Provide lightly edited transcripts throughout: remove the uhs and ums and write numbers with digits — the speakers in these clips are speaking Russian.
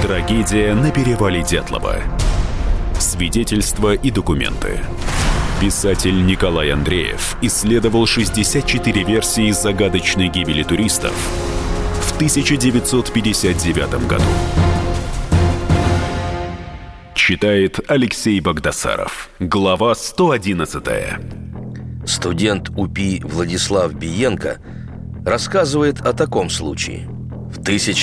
Трагедия на перевале Дятлова. Свидетельства и документы. Писатель Николай Андреев исследовал 64 версии загадочной гибели туристов в 1959 году. Читает Алексей Богдасаров. Глава 111. Студент УПИ Владислав Биенко рассказывает о таком случае. В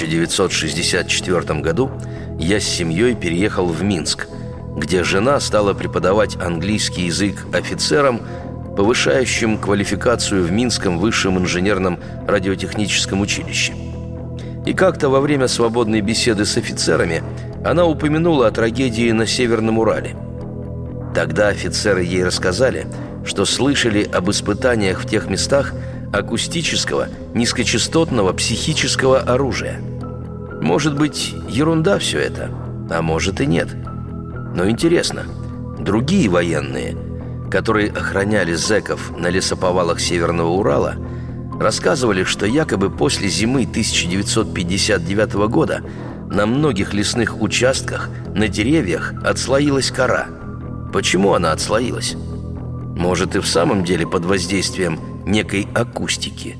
1964 году я с семьей переехал в Минск, где жена стала преподавать английский язык офицерам, повышающим квалификацию в Минском высшем инженерном радиотехническом училище. И как-то во время свободной беседы с офицерами она упомянула о трагедии на Северном Урале. Тогда офицеры ей рассказали, что слышали об испытаниях в тех местах акустического, низкочастотного психического оружия. Может быть, ерунда все это, а может и нет. Но интересно, другие военные, которые охраняли зэков на лесоповалах Северного Урала, рассказывали, что якобы после зимы 1959 года на многих лесных участках на деревьях отслоилась кора. Почему она отслоилась? Может, и в самом деле под воздействием некой акустики.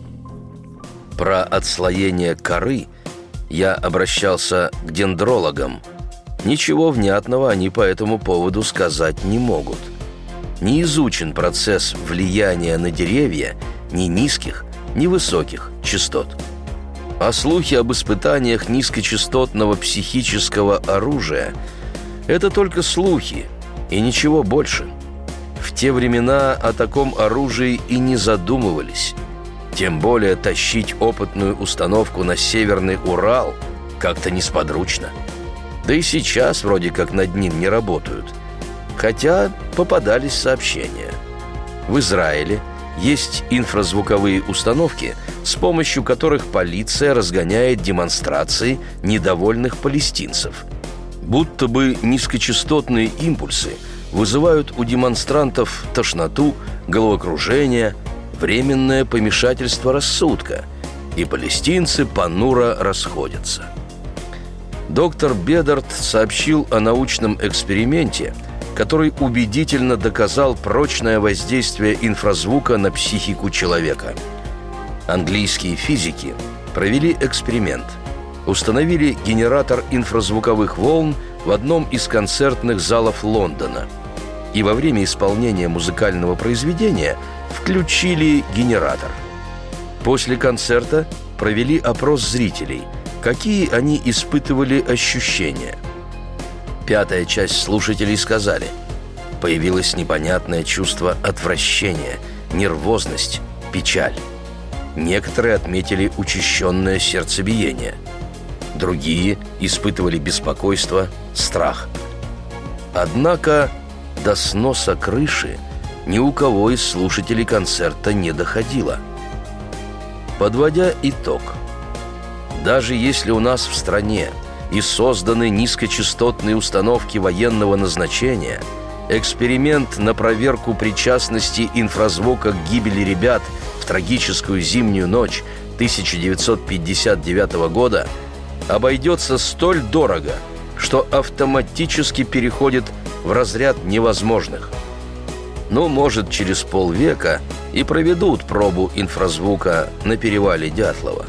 Про отслоение коры я обращался к дендрологам. Ничего внятного они по этому поводу сказать не могут. Не изучен процесс влияния на деревья ни низких, ни высоких частот. А слухи об испытаниях низкочастотного психического оружия – это только слухи и ничего больше. В те времена о таком оружии и не задумывались. Тем более тащить опытную установку на Северный Урал как-то несподручно. Да и сейчас вроде как над ним не работают. Хотя попадались сообщения. В Израиле есть инфразвуковые установки, с помощью которых полиция разгоняет демонстрации недовольных палестинцев. Будто бы низкочастотные импульсы вызывают у демонстрантов тошноту, головокружение, временное помешательство рассудка, и палестинцы понуро расходятся. Доктор Бедарт сообщил о научном эксперименте, который убедительно доказал прочное воздействие инфразвука на психику человека. Английские физики провели эксперимент. Установили генератор инфразвуковых волн в одном из концертных залов Лондона. И во время исполнения музыкального произведения включили генератор. После концерта провели опрос зрителей, какие они испытывали ощущения. Пятая часть слушателей сказали: появилось непонятное чувство отвращения, нервозность, печаль. Некоторые отметили учащенное сердцебиение. Другие испытывали беспокойство, страх. Однако до сноса крыши ни у кого из слушателей концерта не доходило. Подводя итог, даже если у нас в стране и созданы низкочастотные установки военного назначения, эксперимент на проверку причастности инфразвука к гибели ребят в трагическую зимнюю ночь 1959 года обойдется столь дорого, что автоматически переходит в разряд невозможных. Ну, может, через полвека и проведут пробу инфразвука на перевале Дятлова.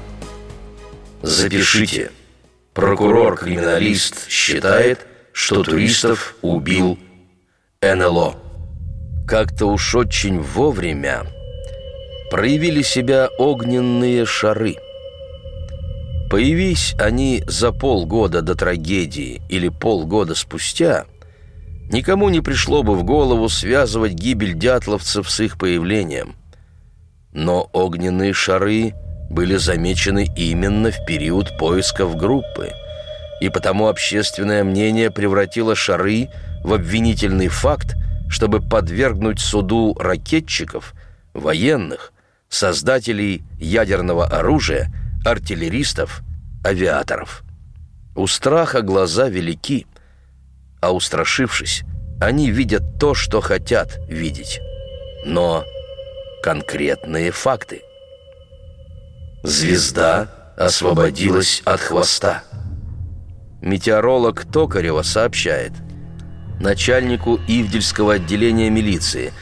Запишите. Прокурор-криминалист считает, что туристов убил НЛО. Как-то уж очень вовремя проявили себя огненные шары. Появись они за полгода до трагедии или полгода спустя, никому не пришло бы в голову связывать гибель дятловцев с их появлением. Но огненные шары были замечены именно в период поисков группы, и потому общественное мнение превратило шары в обвинительный факт, чтобы подвергнуть суду ракетчиков, военных, создателей ядерного оружия, артиллеристов, авиаторов. У страха глаза велики, а устрашившись, они видят то, что хотят видеть. Но конкретные факты. Звезда освободилась от хвоста. Метеоролог Токарева сообщает: начальнику Ивдельского отделения милиции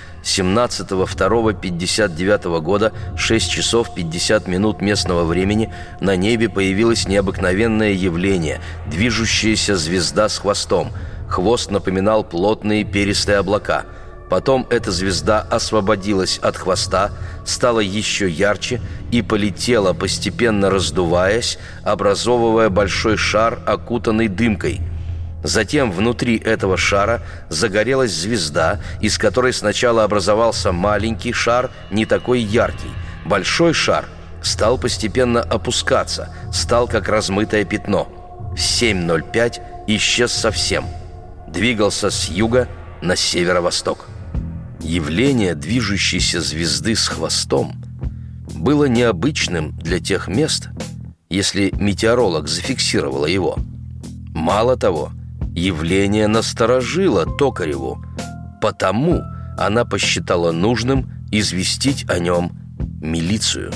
17.02.59 года 6 часов 50 минут местного времени на небе появилось необыкновенное явление – движущаяся звезда с хвостом. Хвост напоминал плотные перистые облака. Потом эта звезда освободилась от хвоста, стала еще ярче и полетела, постепенно раздуваясь, образовывая большой шар, окутанный дымкой. Затем внутри этого шара загорелась звезда, из которой сначала образовался маленький шар, не такой яркий. Большой шар стал постепенно опускаться, стал как размытое пятно. В 7:05 исчез совсем. Двигался с юга на северо-восток. Явление движущейся звезды с хвостом было необычным для тех мест, если метеоролог зафиксировала его. Мало того, явление насторожило Токареву, потому она посчитала нужным известить о нем милицию.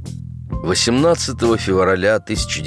18 февраля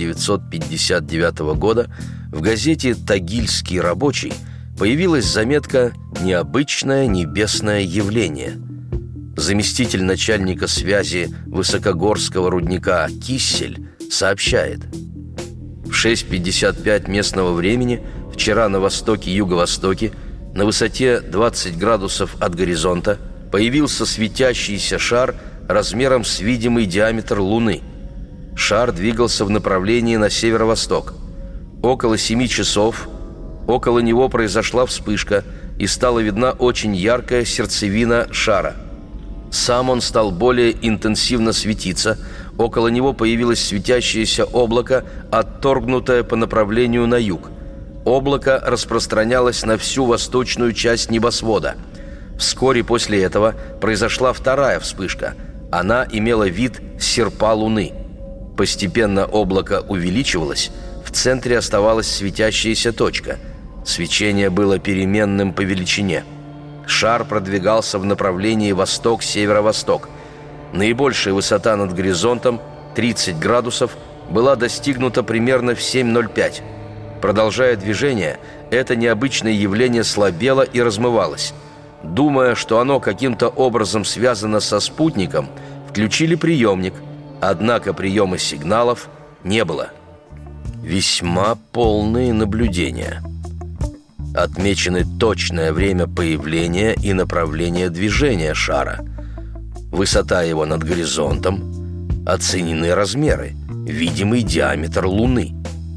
1959 года в газете «Тагильский рабочий» появилась заметка «Необычное небесное явление». Заместитель начальника связи Высокогорского рудника Киссель сообщает: в 6:55 местного времени вчера на востоке и юго-востоке, на высоте 20 градусов от горизонта, появился светящийся шар размером с видимый диаметр Луны. Шар двигался в направлении на северо-восток. Около 7 часов около него произошла вспышка, и стала видна очень яркая сердцевина шара. Сам он стал более интенсивно светиться. Около него появилось светящееся облако, отторгнутое по направлению на юг. Облако распространялось на всю восточную часть небосвода. Вскоре после этого произошла вторая вспышка. Она имела вид серпа Луны. Постепенно облако увеличивалось, в центре оставалась светящаяся точка. Свечение было переменным по величине. Шар продвигался в направлении восток-северо-восток. Наибольшая высота над горизонтом, 30 градусов, была достигнута примерно в 7:05. Продолжая движение, это необычное явление слабело и размывалось. Думая, что оно каким-то образом связано со спутником, включили приемник, однако приема сигналов не было. Весьма полные наблюдения. Отмечены точное время появления и направление движения шара, высота его над горизонтом, оценены размеры, видимый диаметр Луны.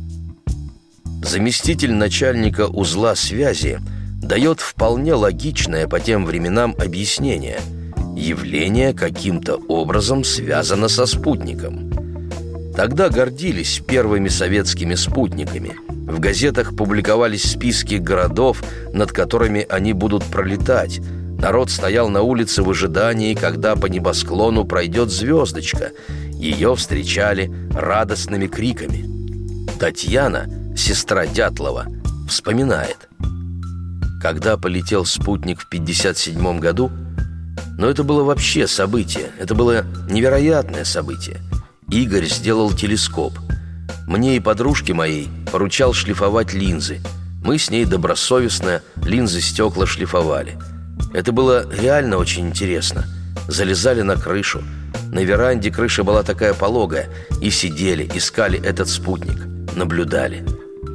Заместитель начальника узла связи дает вполне логичное по тем временам объяснение. Явление каким-то образом связано со спутником. Тогда гордились первыми советскими спутниками. В газетах публиковались списки городов, над которыми они будут пролетать. Народ стоял на улице в ожидании, когда по небосклону пройдет звездочка. Ее встречали радостными криками. Татьяна, сестра Дятлова, вспоминает: когда полетел спутник в 1957 году, но это было вообще событие, это было невероятное событие. Игорь сделал телескоп. Мне и подружке моей поручал шлифовать линзы. Мы с ней добросовестно линзы стекла шлифовали. Это было реально очень интересно. Залезали на крышу. На веранде крыша была такая пологая. И сидели, искали этот спутник. Наблюдали.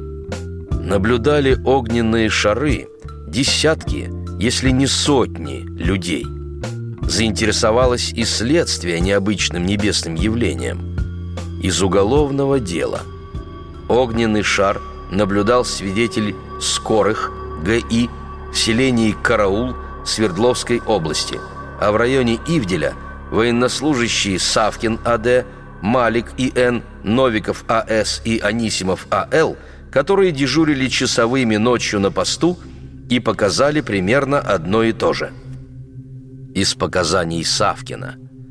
Наблюдали огненные шары десятки, если не сотни людей. Заинтересовалось и следствие необычным небесным явлением. Из уголовного дела. Огненный шар наблюдал свидетель Скорых Г.И. в селении Караул Свердловской области, а в районе Ивделя военнослужащие Савкин А.Д., Малик И.Н., Новиков А.С. и Анисимов А.Л., которые дежурили часовыми ночью на посту и показали примерно одно и то же. Из показаний Савкина.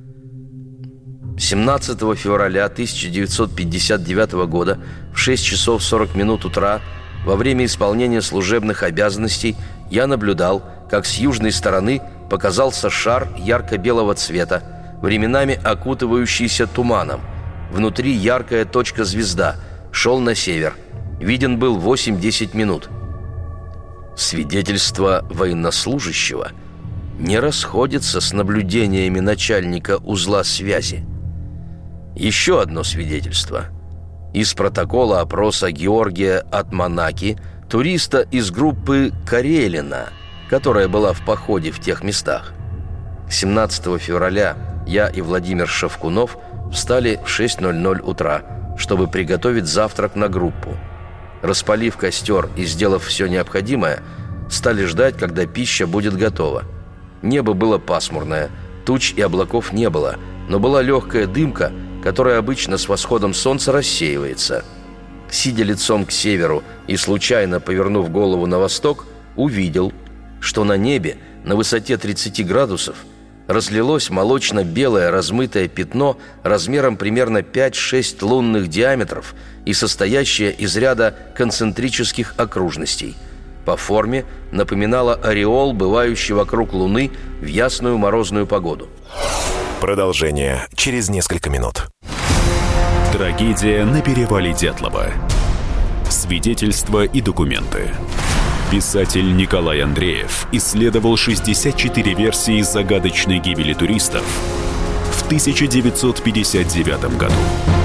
17 февраля 1959 года в 6 часов 40 минут утра во время исполнения служебных обязанностей я наблюдал, как с южной стороны показался шар ярко-белого цвета, временами окутывающийся туманом. Внутри яркая точка-звезда, шел на север. виден был 8-10 минут. Свидетельство военнослужащего не расходится с наблюдениями начальника узла связи. Еще одно свидетельство. Из протокола опроса Георгия Атманаки, туриста из группы «Карелина», которая была в походе в тех местах. 17 февраля я и Владимир Шевкунов встали в 6:00 утра, чтобы приготовить завтрак на группу. Распалив костер и сделав все необходимое, стали ждать, когда пища будет готова. Небо было пасмурное, туч и облаков не было, но была легкая дымка, которая обычно с восходом солнца рассеивается. Сидя лицом к северу и случайно повернув голову на восток, увидел, что на небе на высоте 30 градусов разлилось молочно-белое размытое пятно размером примерно 5-6 лунных диаметров и состоящее из ряда концентрических окружностей. По форме напоминало ореол, бывающий вокруг Луны в ясную морозную погоду. Продолжение через несколько минут. Трагедия на перевале Дятлова. Свидетельства и документы. Писатель Николай Андреев исследовал 64 версии загадочной гибели туристов в 1959 году.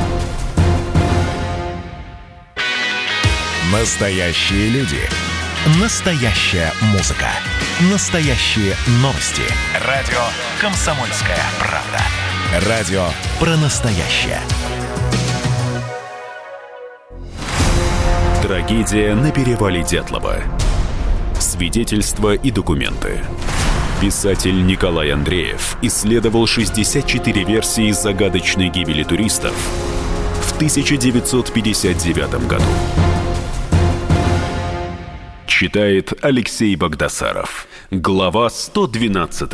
Настоящие люди. Настоящая музыка. Настоящие новости. Радио «Комсомольская правда». Радио про настоящее. Трагедия на перевале Дятлова. Свидетельства и документы. Писатель Николай Андреев исследовал 64 версии загадочной гибели туристов в 1959 году. Читает Алексей Богдасаров. Глава 112.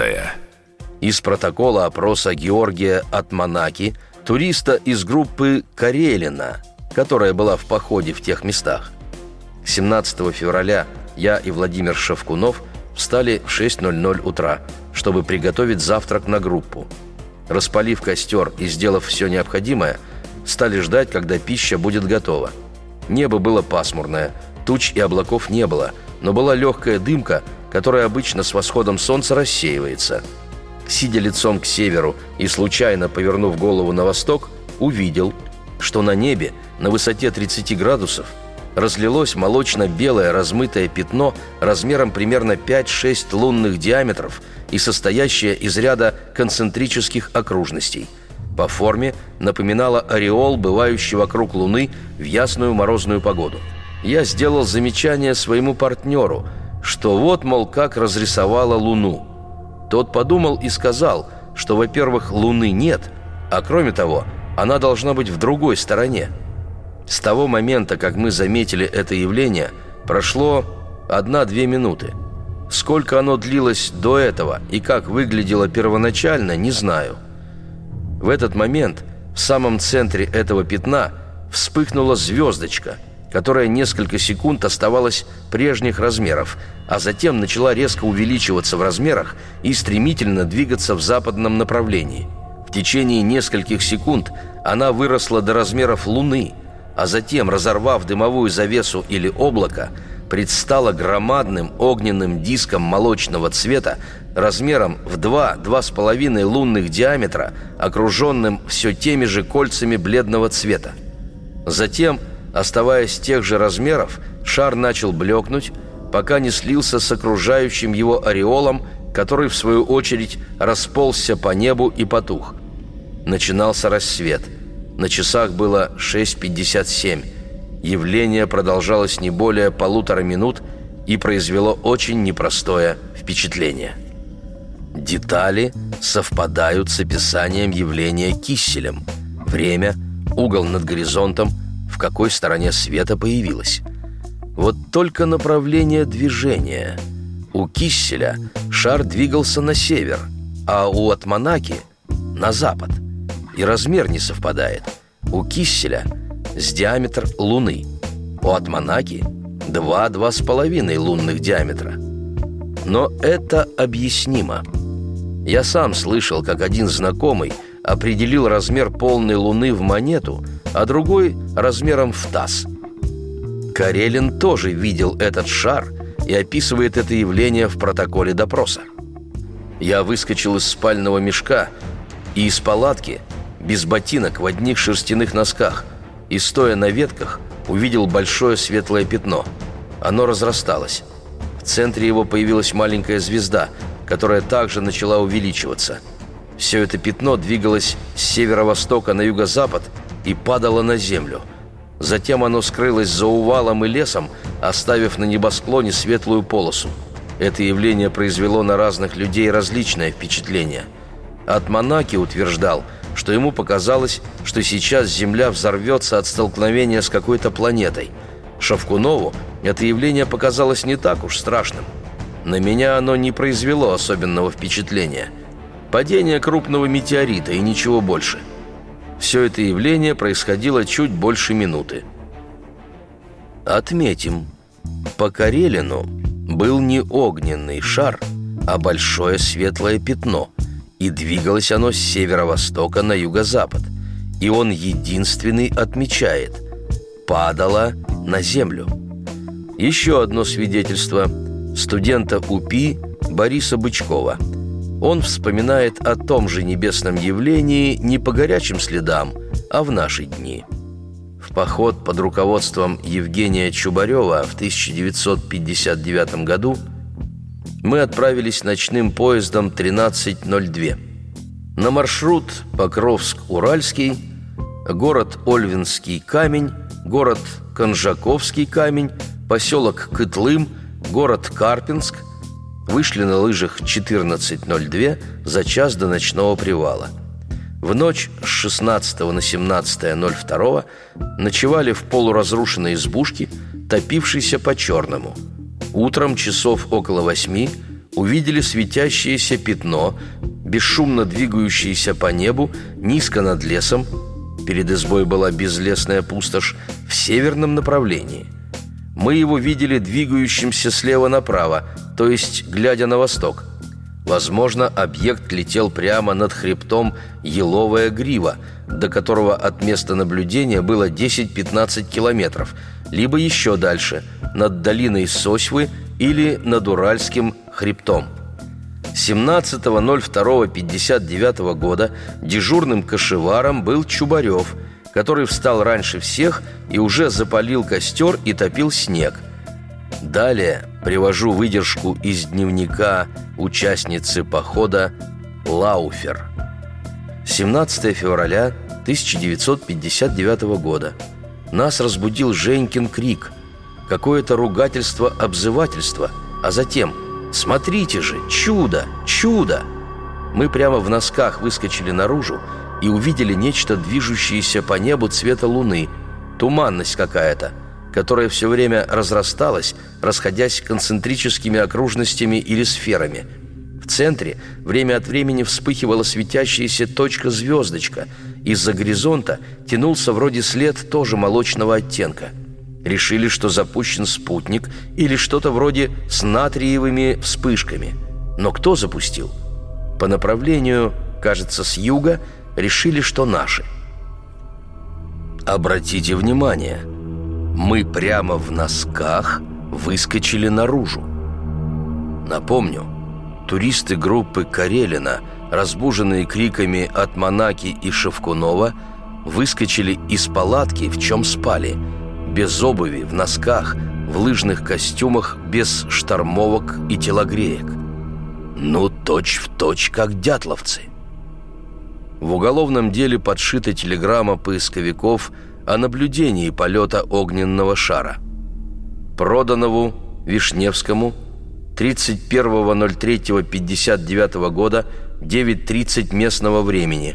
Из протокола опроса Георгия Атманаки, туриста из группы «Карелина», которая была в походе в тех местах. 17 февраля я и Владимир Шевкунов встали в 6:00 утра, чтобы приготовить завтрак на группу. Распалив костер и сделав все необходимое, стали ждать, когда пища будет готова. Небо было пасмурное, туч и облаков не было, но была легкая дымка, которая обычно с восходом солнца рассеивается. Сидя лицом к северу и случайно повернув голову на восток, увидел, что на небе на высоте 30 градусов разлилось молочно-белое размытое пятно размером примерно 5-6 лунных диаметров и состоящее из ряда концентрических окружностей. По форме напоминало ореол, бывающий вокруг Луны в ясную морозную погоду. Я сделал замечание своему партнеру, что вот, мол, как разрисовала Луну. Тот подумал и сказал, что, во-первых, Луны нет, а кроме того, она должна быть в другой стороне. С того момента, как мы заметили это явление, прошло 1-2 минуты. Сколько оно длилось до этого и как выглядело первоначально, не знаю. В этот момент в самом центре этого пятна вспыхнула звездочка, которая несколько секунд оставалась прежних размеров, а затем начала резко увеличиваться в размерах и стремительно двигаться в западном направлении. В течение нескольких секунд она выросла до размеров Луны, а затем, разорвав дымовую завесу или облако, предстала громадным огненным диском молочного цвета размером в 2-2,5 лунных диаметра, окруженным все теми же кольцами бледного цвета. Затем, оставаясь тех же размеров, шар начал блекнуть, пока не слился с окружающим его ореолом, который, в свою очередь, расползся по небу и потух. Начинался рассвет. На часах было 6:57. Явление продолжалось не более 1,5 минут и произвело очень непростое впечатление. Детали совпадают с описанием явления кисселем. Время, угол над горизонтом, в какой стороне света появилось. Вот только направление движения. У кисселя шар двигался на север, а у Атманаки – на запад. И размер не совпадает. У кисселя с диаметр Луны, у Атманаки 2-2,5 лунных диаметра. Но это объяснимо. Я сам слышал, как один знакомый определил размер полной Луны в монету, а другой размером в таз. Карелин тоже видел этот шар и описывает это явление в протоколе допроса. «Я выскочил из спального мешка и из палатки, без ботинок, в одних шерстяных носках, и, стоя на ветках, увидел большое светлое пятно. Оно разрасталось. В центре его появилась маленькая звезда, которая также начала увеличиваться. Все это пятно двигалось с северо-востока на юго-запад и падало на землю. Затем оно скрылось за увалом и лесом, оставив на небосклоне светлую полосу. Это явление произвело на разных людей различное впечатление. Атманаки утверждал, что ему показалось, что сейчас Земля взорвется от столкновения с какой-то планетой. Шавкунову это явление показалось не так уж страшным. На меня оно не произвело особенного впечатления. Падение крупного метеорита и ничего больше. Все это явление происходило чуть больше минуты. Отметим, по Карелину был не огненный шар, а большое светлое пятно, и двигалось оно с северо-востока на юго-запад. И он единственный отмечает – падало на землю. Еще одно свидетельство студента УПИ Бориса Бычкова. Он вспоминает о том же небесном явлении не по горячим следам, а в наши дни. В поход под руководством Евгения Чубарева в 1959 году мы отправились ночным поездом 1302. На маршрут Покровск-Уральский, город Ольвинский камень, город Конжаковский камень, поселок Кытлым, город Карпинск. Вышли на лыжах 14:02 за час до ночного привала. В ночь с 16 на 17:02 ночевали в полуразрушенной избушке, топившейся по-черному. Утром часов около 8 увидели светящееся пятно, бесшумно двигающееся по небу, низко над лесом. Перед избой была безлесная пустошь в северном направлении. Мы его видели двигающимся слева направо, то есть глядя на восток. Возможно, объект летел прямо над хребтом Еловая Грива, до которого от места наблюдения было 10-15 километров, либо еще дальше, над долиной Сосьвы или над Уральским хребтом. 17.02.59 года дежурным кошеваром был Чубарев, который встал раньше всех и уже запалил костер и топил снег. Далее привожу выдержку из дневника участницы похода Лауфер. 17 февраля 1959 года. Нас разбудил Женькин крик. Какое-то ругательство-обзывательство, а затем «Смотрите же, чудо! Чудо!» Мы прямо в носках выскочили наружу и увидели нечто, движущееся по небу цвета луны, туманность какая-то, которая все время разрасталась, расходясь концентрическими окружностями или сферами. В центре время от времени вспыхивала светящаяся точка-звездочка. Из-за горизонта тянулся вроде след тоже молочного оттенка. Решили, что запущен спутник или что-то вроде с натриевыми вспышками. Но кто запустил? По направлению, кажется, с юга, решили, что наши. Обратите внимание, мы прямо в носках выскочили наружу. Напомню, туристы группы Карелина, разбуженные криками Атманаки и Шавкунова, выскочили из палатки, в чем спали, без обуви, в носках, в лыжных костюмах, без штормовок и телогреек. Ну, точь-в-точь, как дятловцы. В уголовном деле подшита телеграмма поисковиков о наблюдении полета огненного шара. Проданову Вишневскому 31.03.59 года 9:30 местного времени,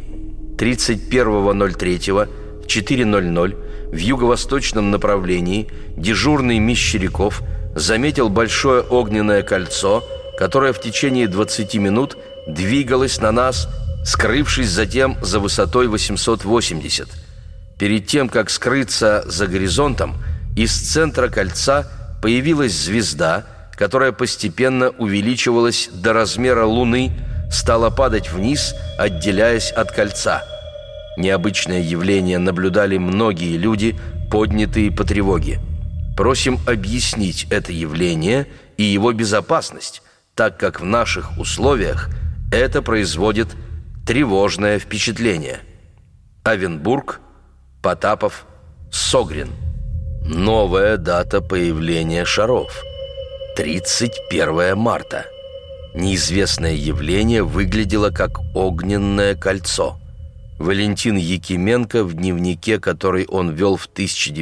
31.03 в 4:00 в юго-восточном направлении дежурный Мещеряков заметил большое огненное кольцо, которое в течение 20 минут двигалось на нас, скрывшись затем за высотой 880. Перед тем, как скрыться за горизонтом, из центра кольца появилась звезда, которая постепенно увеличивалась до размера Луны, стала падать вниз, отделяясь от кольца. Необычное явление наблюдали многие люди, поднятые по тревоге. Просим объяснить это явление и его безопасность, так как в наших условиях это производит тревожное впечатление. Авенбург, Потапов, Согрин. Новая дата появления шаров – 31 марта. Неизвестное явление выглядело как огненное кольцо. Валентин Якименко в дневнике, который он вел в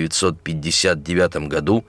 1959 году,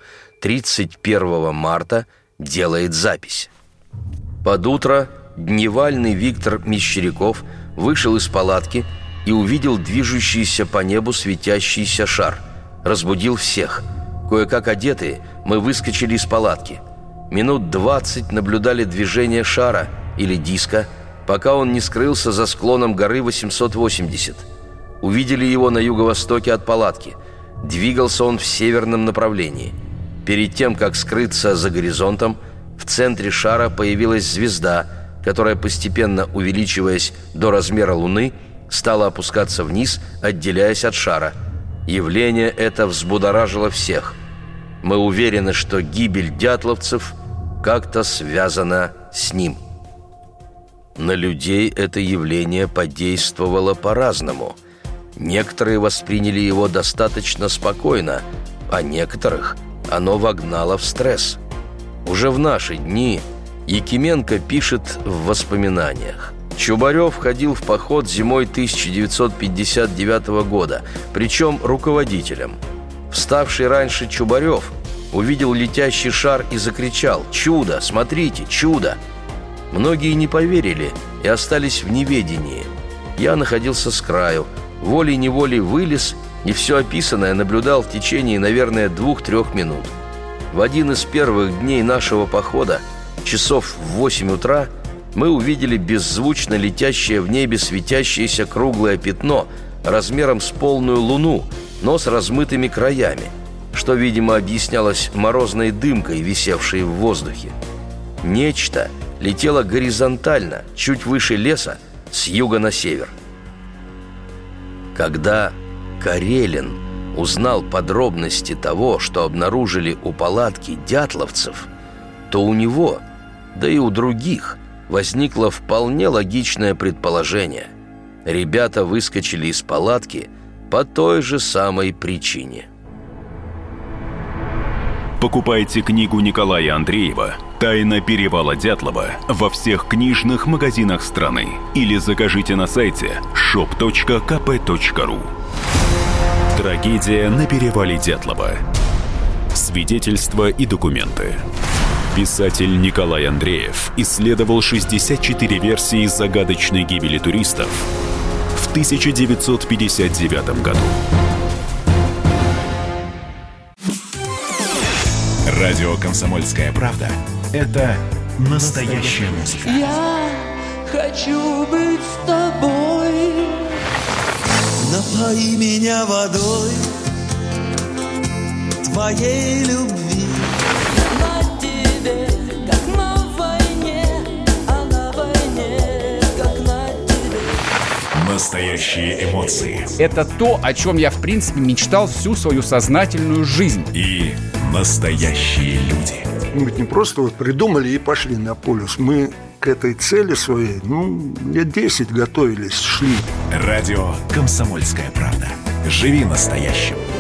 31 марта, делает запись. Под утро дневальный Виктор Мещеряков вышел из палатки и увидел движущийся по небу светящийся шар. Разбудил всех. Кое-как одетые, мы выскочили из палатки. Минут 20 наблюдали движение шара или диска, пока он не скрылся за склоном горы 880. Увидели его на юго-востоке от палатки. Двигался он в северном направлении. Перед тем, как скрыться за горизонтом, в центре шара появилась звезда, которая, постепенно увеличиваясь до размера Луны, стала опускаться вниз, отделяясь от шара. Явление это взбудоражило всех. Мы уверены, что гибель дятловцев как-то связана с ним. На людей это явление подействовало по-разному. Некоторые восприняли его достаточно спокойно, а некоторых оно вогнало в стресс. Уже в наши дни Якименко пишет в воспоминаниях: Чубарев ходил в поход зимой 1959 года, причем руководителем. Вставший раньше Чубарев увидел летящий шар и закричал: «Чудо! Смотрите, чудо!» Многие не поверили и остались в неведении. Я находился с краю, волей-неволей вылез и все описанное наблюдал в течение, наверное, 2-3 минут. В один из первых дней нашего похода, часов в 8 утра, мы увидели беззвучно летящее в небе светящееся круглое пятно размером с полную луну, но с размытыми краями, что, видимо, объяснялось морозной дымкой, висевшей в воздухе. Нечто летело горизонтально, чуть выше леса, с юга на север. Когда Карелин узнал подробности того, что обнаружили у палатки дятловцев, то у него, да и у других, возникло вполне логичное предположение. Ребята выскочили из палатки по той же самой причине. Покупайте книгу Николая Андреева «Тайна перевала Дятлова» во всех книжных магазинах страны или закажите на сайте shop.kp.ru. Трагедия на перевале Дятлова. Свидетельства и документы. Писатель Николай Андреев исследовал 64 версии загадочной гибели туристов в 1959 году. Радио «Комсомольская правда» — это настоящая музыка. Я хочу быть с тобой. Напои меня водой твоей любви. На тебе, как на войне, а на войне, как на тебе. Настоящие эмоции. Это то, о чем я, в принципе, мечтал всю свою сознательную жизнь. И настоящие люди. Мы ведь не просто придумали и пошли на полюс. Мы к этой цели своей, лет 10 готовились, шли. Радио «Комсомольская правда». Живи настоящим.